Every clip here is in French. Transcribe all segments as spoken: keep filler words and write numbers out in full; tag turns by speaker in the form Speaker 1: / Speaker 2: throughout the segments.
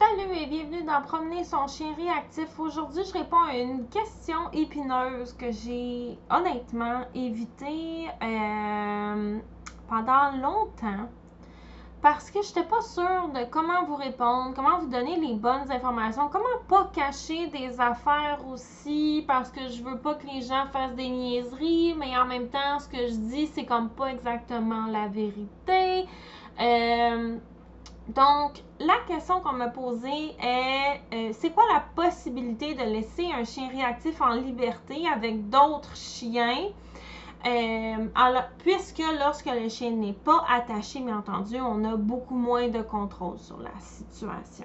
Speaker 1: Salut et bienvenue dans Promener son chien réactif. Aujourd'hui, je réponds à une question épineuse que j'ai honnêtement évité euh, pendant longtemps parce que je n'étais pas sûre de comment vous répondre, comment vous donner les bonnes informations, comment pas cacher des affaires aussi parce que je veux pas que les gens fassent des niaiseries, mais en même temps, ce que je dis, c'est comme pas exactement la vérité. Euh, Donc, la question qu'on m'a posée est euh, c'est quoi la possibilité de laisser un chien réactif en liberté avec d'autres chiens euh, alors, puisque lorsque le chien n'est pas attaché, bien entendu, on a beaucoup moins de contrôle sur la situation.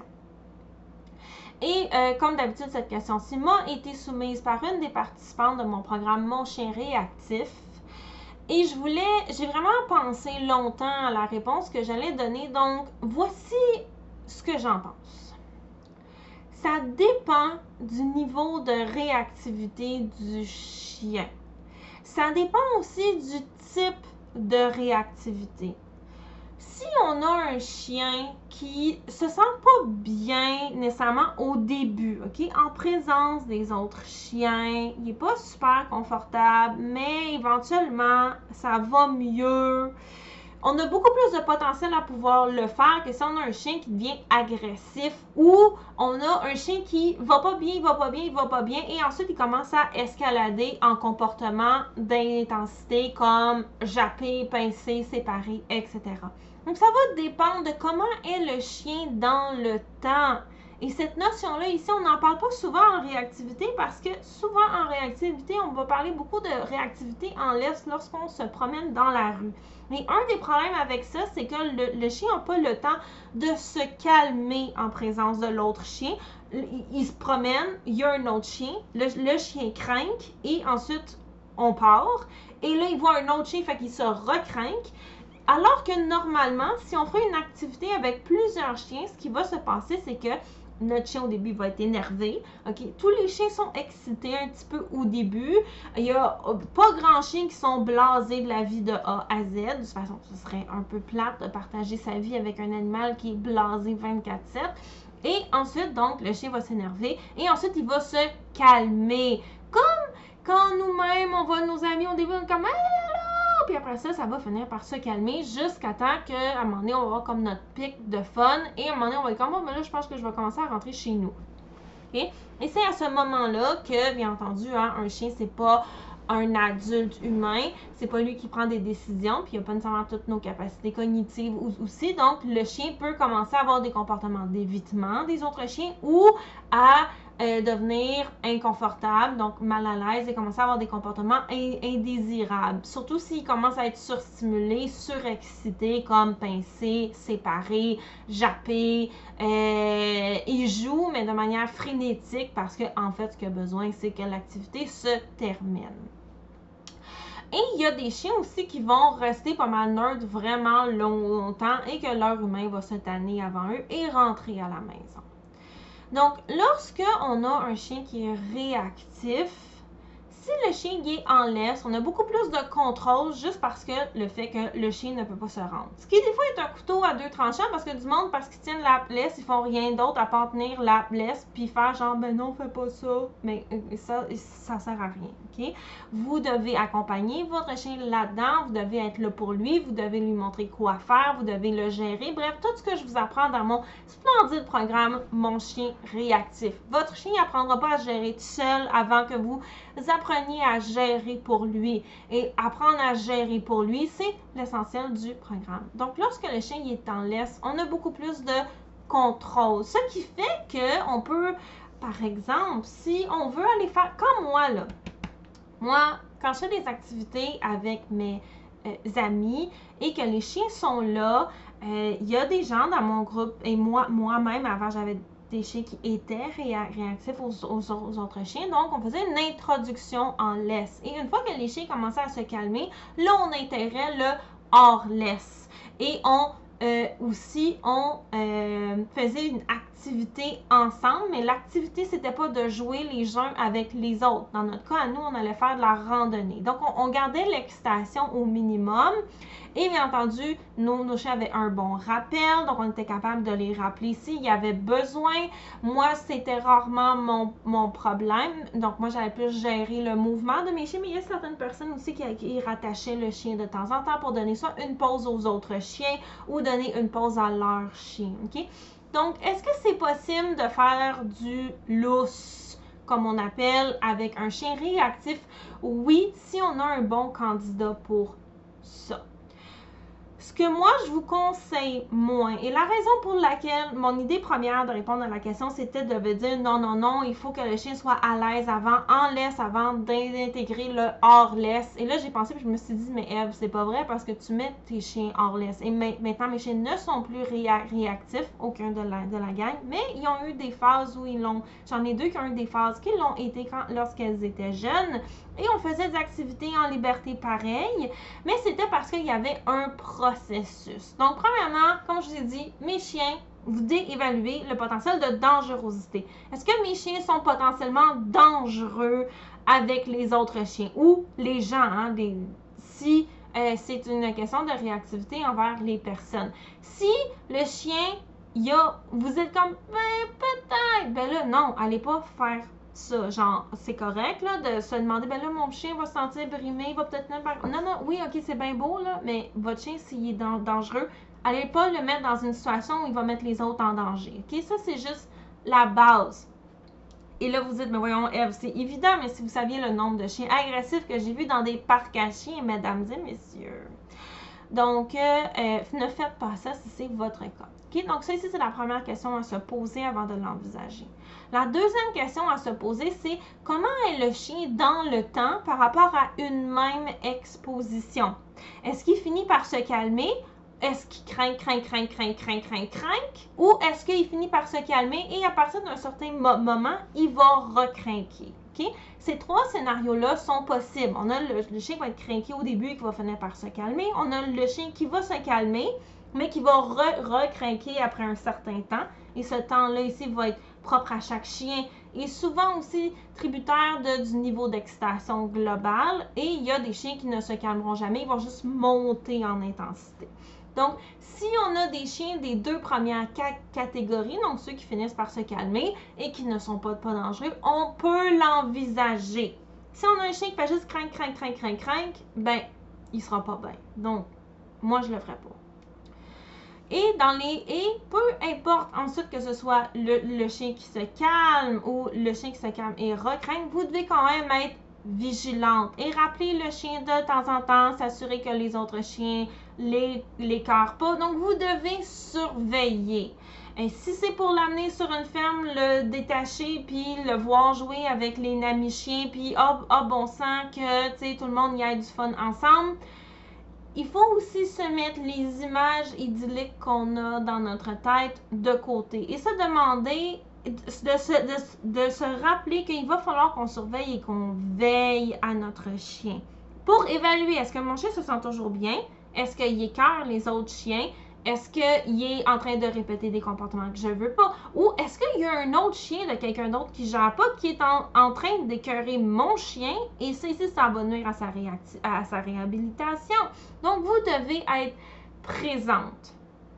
Speaker 1: Et euh, comme d'habitude, cette question-ci m'a été soumise par une des participantes de mon programme Mon chien réactif. Et je voulais, j'ai vraiment pensé longtemps à la réponse que j'allais donner, donc voici ce que j'en pense. Ça dépend du niveau de réactivité du chien. Ça dépend aussi du type de réactivité. Si on a un chien qui se sent pas bien nécessairement au début, ok, en présence des autres chiens, il est pas super confortable, mais éventuellement ça va mieux. On a beaucoup plus de potentiel à pouvoir le faire que si on a un chien qui devient agressif ou on a un chien qui va pas bien, il va pas bien, il va pas bien et ensuite il commence à escalader en comportement d'intensité comme japper, pincer, séparer, et cetera. Donc ça va dépendre de comment est le chien dans le temps. Et cette notion-là, ici, on n'en parle pas souvent en réactivité parce que souvent en réactivité, on va parler beaucoup de réactivité en laisse lorsqu'on se promène dans la rue. Mais un des problèmes avec ça, c'est que le, le chien n'a pas le temps de se calmer en présence de l'autre chien. Il, il se promène, il y a un autre chien, le, le chien crinque et ensuite on part. Et là, il voit un autre chien, fait qu'il se recrinque. Alors que normalement, si on fait une activité avec plusieurs chiens, ce qui va se passer, c'est que notre chien au début va être énervé. Okay? Tous les chiens sont excités un petit peu au début. Il n'y a pas grand chien qui sont blasés de la vie de A à Z. De toute façon, ce serait un peu plate de partager sa vie avec un animal qui est blasé vingt-quatre sept. Et ensuite, donc, le chien va s'énerver et ensuite, il va se calmer. Comme quand nous-mêmes, on voit nos amis au début, on est comme puis après ça, ça va finir par se calmer jusqu'à temps qu'à un moment donné, on va avoir comme notre pic de fun et à un moment donné, on va être comme, oh, mais là, je pense que je vais commencer à rentrer chez nous. Okay? Et c'est à ce moment-là que, bien entendu, hein, un chien, c'est pas un adulte humain, c'est pas lui qui prend des décisions, puis il n'a pas nécessairement toutes nos capacités cognitives aussi, donc le chien peut commencer à avoir des comportements d'évitement des autres chiens ou à euh, devenir inconfortable, donc mal à l'aise et commencer à avoir des comportements indésirables, surtout s'il commence à être surstimulé, surexcité, comme pincer, séparer, japper, euh, il joue, mais de manière frénétique parce que en fait, ce qu'il a besoin, c'est que l'activité se termine. Et il y a des chiens aussi qui vont rester pas mal neutres vraiment longtemps et que leur humain va se tanner avant eux et rentrer à la maison. Donc, lorsque on a un chien qui est réactif, si le chien est en laisse, on a beaucoup plus de contrôle juste parce que le fait que le chien ne peut pas se rendre. Ce qui, des fois, est un couteau à deux tranchants parce que du monde, parce qu'ils tiennent la laisse, ils font rien d'autre à part tenir la laisse puis faire genre, ben non, fais pas ça. Mais ça, ça sert à rien, ok? Vous devez accompagner votre chien là-dedans, vous devez être là pour lui, vous devez lui montrer quoi faire, vous devez le gérer. Bref, tout ce que je vous apprends dans mon splendide programme Mon chien réactif. Votre chien n'apprendra pas à gérer tout seul avant que vous appreniez à gérer pour lui. Et apprendre à gérer pour lui, c'est l'essentiel du programme. Donc, lorsque le chien est en laisse, on a beaucoup plus de contrôle. Ce qui fait qu'on peut, par exemple, si on veut aller faire comme moi, là, moi, quand je fais des activités avec mes euh, amis et que les chiens sont là, euh, il y a des gens dans mon groupe et moi, moi-même, avant, j'avais des chiens qui étaient réactifs aux, aux, aux autres chiens. Donc, on faisait une introduction en laisse. Et une fois que les chiens commençaient à se calmer, là, on intégrait le hors laisse. Et on euh, aussi, on euh, faisait une activité activité ensemble, mais l'activité, c'était pas de jouer les uns avec les autres. Dans notre cas, à nous, on allait faire de la randonnée. Donc, on, on gardait l'excitation au minimum. Et bien entendu, nos, nos chiens avaient un bon rappel, donc on était capable de les rappeler s'il y avait besoin. Moi, c'était rarement mon, mon problème. Donc, moi, j'allais plus gérer le mouvement de mes chiens, mais il y a certaines personnes aussi qui, qui rattachaient le chien de temps en temps pour donner soit une pause aux autres chiens ou donner une pause à leur chien. Okay? Donc, est-ce que c'est possible de faire du lousse, comme on appelle, avec un chien réactif? Oui, si on a un bon candidat pour ça. Ce que moi, je vous conseille moins, et la raison pour laquelle mon idée première de répondre à la question, c'était de vous dire non, non, non, il faut que le chien soit à l'aise avant, en laisse avant d'intégrer le hors laisse. Et là, j'ai pensé, puis je me suis dit, mais Eve, c'est pas vrai parce que tu mets tes chiens hors laisse. Et maintenant, mes chiens ne sont plus réactifs, aucun de la, de la gang, mais ils ont eu des phases où ils l'ont, j'en ai deux qui ont eu des phases qui l'ont été quand, lorsqu'elles étaient jeunes. Et on faisait des activités en liberté pareilles, mais c'était parce qu'il y avait un processus. Donc, premièrement, comme je vous ai dit, mes chiens, vous déévaluez le potentiel de dangerosité. Est-ce que mes chiens sont potentiellement dangereux avec les autres chiens ou les gens, hein, les, si euh, c'est une question de réactivité envers les personnes. Si le chien, y a, vous êtes comme, ben peut-être, ben là, non, allez pas faire ça, genre, c'est correct, là, de se demander, ben là, mon chien va se sentir brimé, il va peut-être même pas... Non, non, oui, ok, c'est bien beau, là, mais votre chien, s'il est dangereux, allez pas le mettre dans une situation où il va mettre les autres en danger, ok? Ça, c'est juste la base. Et là, vous dites, mais voyons, Eve, c'est évident, mais si vous saviez le nombre de chiens agressifs que j'ai vus dans des parcs à chiens, mesdames et messieurs. Donc, euh, euh, ne faites pas ça si c'est votre cas. Okay? Donc, ça ici, c'est la première question à se poser avant de l'envisager. La deuxième question à se poser, c'est comment est le chien dans le temps par rapport à une même exposition? Est-ce qu'il finit par se calmer? Est-ce qu'il craint, craint, craint, craint, craint, craint, craint? Ou est-ce qu'il finit par se calmer et à partir d'un certain mo moment, il va recrinquer? Okay? Ces trois scénarios-là sont possibles. On a le, le chien qui va être craqué au début et qui va finir par se calmer. On a le chien qui va se calmer, mais qui va recrinquer re après un certain temps. Et ce temps-là ici va être propre à chaque chien et souvent aussi tributaire de, du niveau d'excitation globale. Et il y a des chiens qui ne se calmeront jamais, ils vont juste monter en intensité. Donc, si on a des chiens des deux premières catégories, donc ceux qui finissent par se calmer et qui ne sont pas, pas dangereux, on peut l'envisager. Si on a un chien qui fait juste craindre, craindre, craindre, craindre, craindre, ben, il sera pas bien. Donc, moi, je le ferai pas. Et dans les et peu importe ensuite que ce soit le, le chien qui se calme ou le chien qui se calme et recraint, vous devez quand même être vigilante et rappeler le chien de temps en temps, s'assurer que les autres chiens les l'écartent pas. Donc vous devez surveiller. Et si c'est pour l'amener sur une ferme, le détacher puis le voir jouer avec les amis chiens puis ah oh, oh, bon sang que tu sais tout le monde y ait du fun ensemble. Il faut aussi se mettre les images idylliques qu'on a dans notre tête de côté et se demander, de se, de, de se rappeler qu'il va falloir qu'on surveille et qu'on veille à notre chien. Pour évaluer, est-ce que mon chien se sent toujours bien? Est-ce qu'il écœure les autres chiens? Est-ce qu'il est en train de répéter des comportements que je veux pas? Ou est-ce qu'il y a un autre chien de quelqu'un d'autre qui gère pas, qui est en, en train d'écœurer mon chien? Et ça ici, ça va nuire à sa, à sa réhabilitation. Donc, vous devez être présente.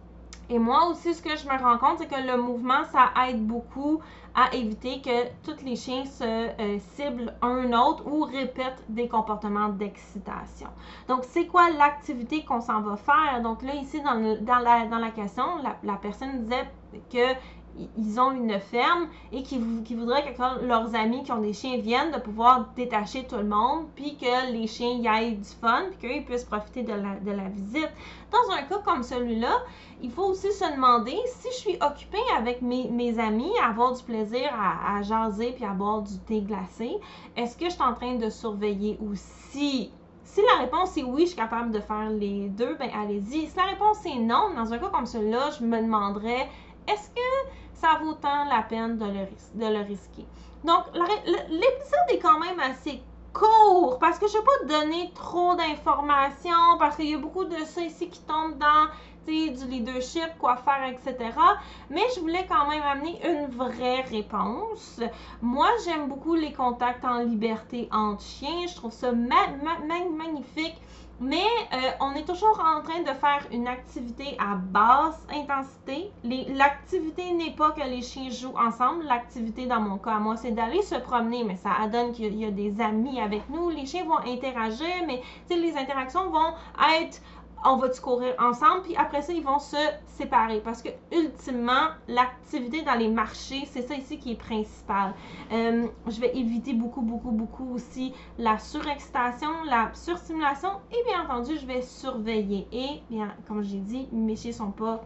Speaker 1: Et moi aussi, ce que je me rends compte, c'est que le mouvement, ça aide beaucoup à éviter que tous les chiens se euh, ciblent un autre ou répètent des comportements d'excitation. Donc, c'est quoi l'activité qu'on s'en va faire? Donc là, ici, dans, le, dans, la, dans la question, la, la personne disait que ils ont une ferme et qui, qui voudraient que quand leurs amis qui ont des chiens viennent, de pouvoir détacher tout le monde, puis que les chiens y aient du fun, puis qu'ils puissent profiter de la, de la visite. Dans un cas comme celui-là, il faut aussi se demander si je suis occupée avec mes, mes amis à avoir du plaisir à, à jaser puis à boire du thé glacé, est-ce que je suis en train de surveiller aussi? Si la réponse est oui, je suis capable de faire les deux, ben allez-y. Si la réponse est non, dans un cas comme celui-là, je me demanderais, est-ce que ça vaut tant la peine de le, de le risquer? Donc, l'épisode est quand même assez court parce que je ne vais pas donner trop d'informations parce qu'il y a beaucoup de ça ici qui tombe dans, l'autorité, du leadership, quoi faire, et cetera. Mais je voulais quand même amener une vraie réponse. Moi, j'aime beaucoup les contacts en liberté entre chiens. Je trouve ça ma ma ma magnifique. Mais euh, on est toujours en train de faire une activité à basse intensité. L'activité n'est pas que les chiens jouent ensemble. L'activité, dans mon cas, moi, c'est d'aller se promener. Mais ça donne qu'il y, y a des amis avec nous. Les chiens vont interagir, mais les interactions vont être... On va-tu courir ensemble, puis après ça, ils vont se séparer. Parce que, ultimement, l'activité dans les marchés, c'est ça ici qui est principal. Euh, je vais éviter beaucoup, beaucoup, beaucoup aussi la surexcitation, la surstimulation, et bien entendu, je vais surveiller. Et, bien, comme j'ai dit, mes chiens sont pas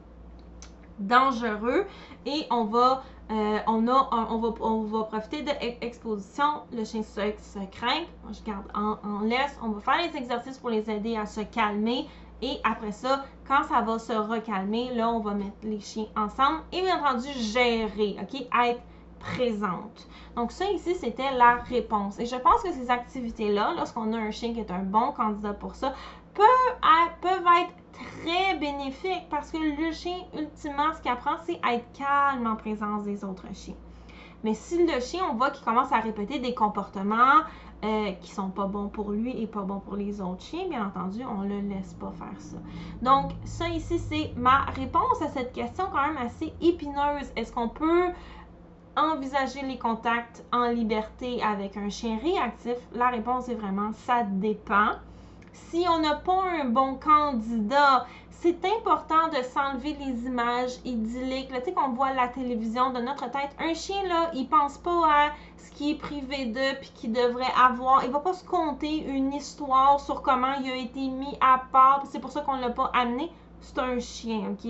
Speaker 1: dangereux et on va euh, on a on va on va profiter de l'exposition. Le chien se, se craint, je garde en, en laisse, on va faire les exercices pour les aider à se calmer. Et après ça, quand ça va se recalmer, là, on va mettre les chiens ensemble et bien entendu, gérer, OK? Être présente. Donc ça ici, c'était la réponse. Et je pense que ces activités-là, lorsqu'on a un chien qui est un bon candidat pour ça, peuvent être, peuvent être très bénéfiques parce que le chien, ultimement, ce qu'il apprend, c'est être calme en présence des autres chiens. Mais si le chien, on voit qu'il commence à répéter des comportements euh, qui sont pas bons pour lui et pas bons pour les autres chiens, bien entendu, on le laisse pas faire ça. Donc, ça ici, c'est ma réponse à cette question quand même assez épineuse. Est-ce qu'on peut envisager les contacts en liberté avec un chien réactif? La réponse est vraiment, ça dépend. Si on n'a pas un bon candidat, c'est important de s'enlever les images idylliques, tu sais, qu'on voit à la télévision de notre tête. Un chien, là, il pense pas à ce qui est privé d'eux puis qu'il devrait avoir. Il va pas se conter une histoire sur comment il a été mis à part, c'est pour ça qu'on l'a pas amené. C'est un chien, OK?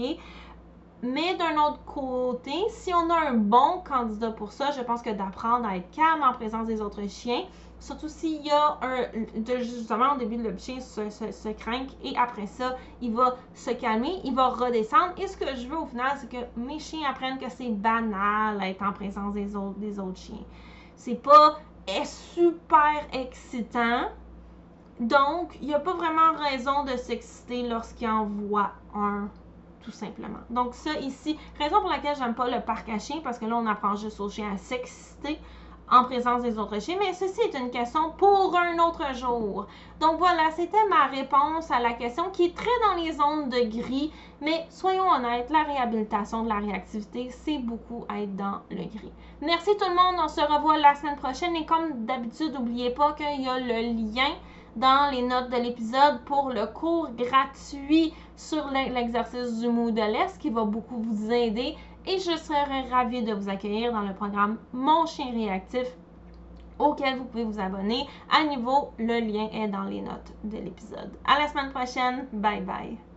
Speaker 1: Mais d'un autre côté, si on a un bon candidat pour ça, je pense que d'apprendre à être calme en présence des autres chiens, surtout s'il y a un, justement au début le chien se, se, se craint et après ça, il va se calmer, il va redescendre. Et ce que je veux au final, c'est que mes chiens apprennent que c'est banal être en présence des autres, des autres chiens. C'est pas est super excitant. Donc, il n'y a pas vraiment raison de s'exciter lorsqu'il en voit un, tout simplement. Donc ça ici, raison pour laquelle j'aime pas le parc à chiens, parce que là, on apprend juste aux chiens à s'exciter en présence des autres chiens, mais ceci est une question pour un autre jour. Donc voilà, c'était ma réponse à la question qui est très dans les zones de gris, mais soyons honnêtes, la réhabilitation de la réactivité, c'est beaucoup être dans le gris. Merci tout le monde, on se revoit la semaine prochaine et comme d'habitude, n'oubliez pas qu'il y a le lien dans les notes de l'épisode pour le cours gratuit sur l'exercice du mot de l'Est qui va beaucoup vous aider et je serai ravie de vous accueillir dans le programme Mon Chien Réactif auquel vous pouvez vous abonner. À nouveau, le lien est dans les notes de l'épisode. À la semaine prochaine. Bye bye.